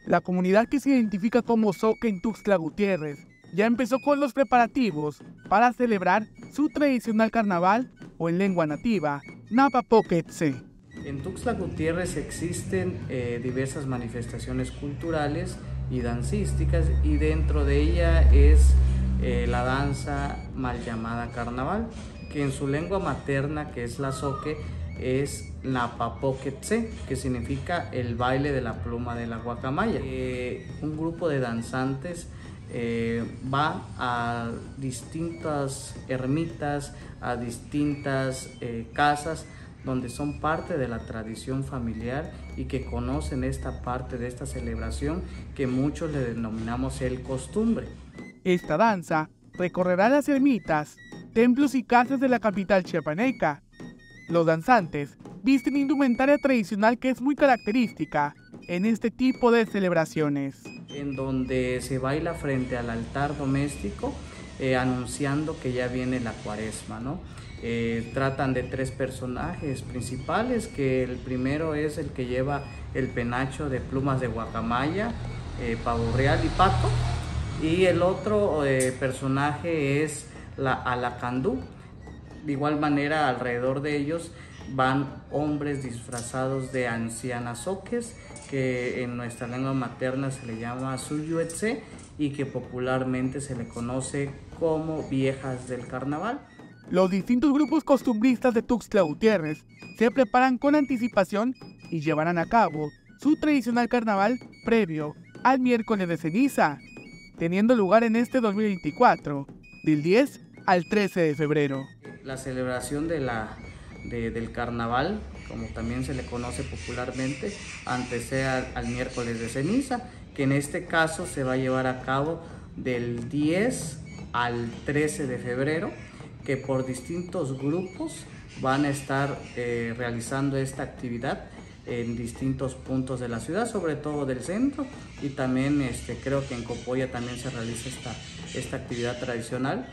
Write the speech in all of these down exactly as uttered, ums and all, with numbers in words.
La comunidad que se identifica como Zoque en Tuxtla Gutiérrez ya empezó con los preparativos para celebrar su tradicional carnaval, o en lengua nativa, Napapoquetze. En Tuxtla Gutiérrez existen eh, diversas manifestaciones culturales y dancísticas, y dentro de ella es eh, la danza mal llamada carnaval, que en su lengua materna, que es la Zoque, es Napapoquetze, que significa el baile de la pluma de la guacamaya. Eh, un grupo de danzantes eh, va a distintas ermitas, a distintas eh, casas, donde son parte de la tradición familiar y que conocen esta parte de esta celebración que muchos le denominamos el costumbre. Esta danza recorrerá las ermitas, templos y casas de la capital chiapaneca. Los danzantes visten indumentaria tradicional que es muy característica en este tipo de celebraciones. En donde se baila frente al altar doméstico, eh, anunciando que ya viene la cuaresma, ¿no? Eh, tratan de tres personajes principales, que el primero es el que lleva el penacho de plumas de guacamaya, eh, pavo real y pato, y el otro eh, personaje es la alacandú. De igual manera, alrededor de ellos van hombres disfrazados de ancianazoques, que en nuestra lengua materna se le llama suyuetse y que popularmente se le conoce como viejas del carnaval. Los distintos grupos costumbristas de Tuxtla Gutiérrez se preparan con anticipación y llevarán a cabo su tradicional carnaval previo al miércoles de ceniza, teniendo lugar en este dos mil veinticuatro, del diez al trece de febrero. La celebración de la, de, del carnaval, como también se le conoce popularmente, antecede al miércoles de ceniza, que en este caso se va a llevar a cabo del diez al trece de febrero, que por distintos grupos van a estar eh, realizando esta actividad en distintos puntos de la ciudad, sobre todo del centro, y también este, creo que en Copolla también se realiza esta, esta actividad tradicional,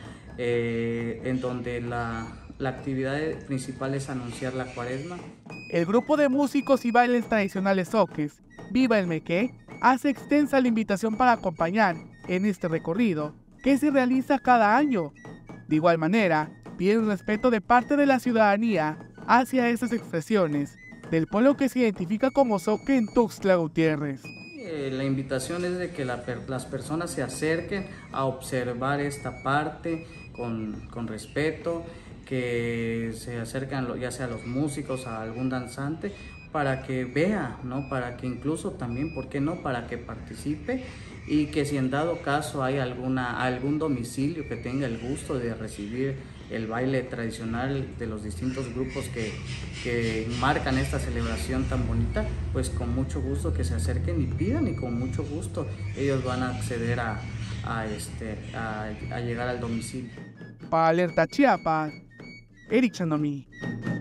eh, en donde la, la actividad principal es anunciar la cuaresma. El grupo de músicos y bailes tradicionales zoques, Viva el Meque, hace extensa la invitación para acompañar en este recorrido que se realiza cada año. De igual manera, piden respeto de parte de la ciudadanía hacia estas expresiones del pueblo que se identifica como Zoque en Tuxtla Gutiérrez. Eh, la invitación es de que la, las personas se acerquen a observar esta parte con, con respeto, que se acerquen ya sea a los músicos, a algún danzante, para que vea, ¿no? Para que incluso también, ¿por qué no?, para que participe, y que si en dado caso hay alguna, algún domicilio que tenga el gusto de recibir el baile tradicional de los distintos grupos que, que marcan esta celebración tan bonita, pues con mucho gusto que se acerquen y pidan, y con mucho gusto ellos van a acceder a, a, este, a, a llegar al domicilio. Para Alerta Chiapas, Eric Chandomí.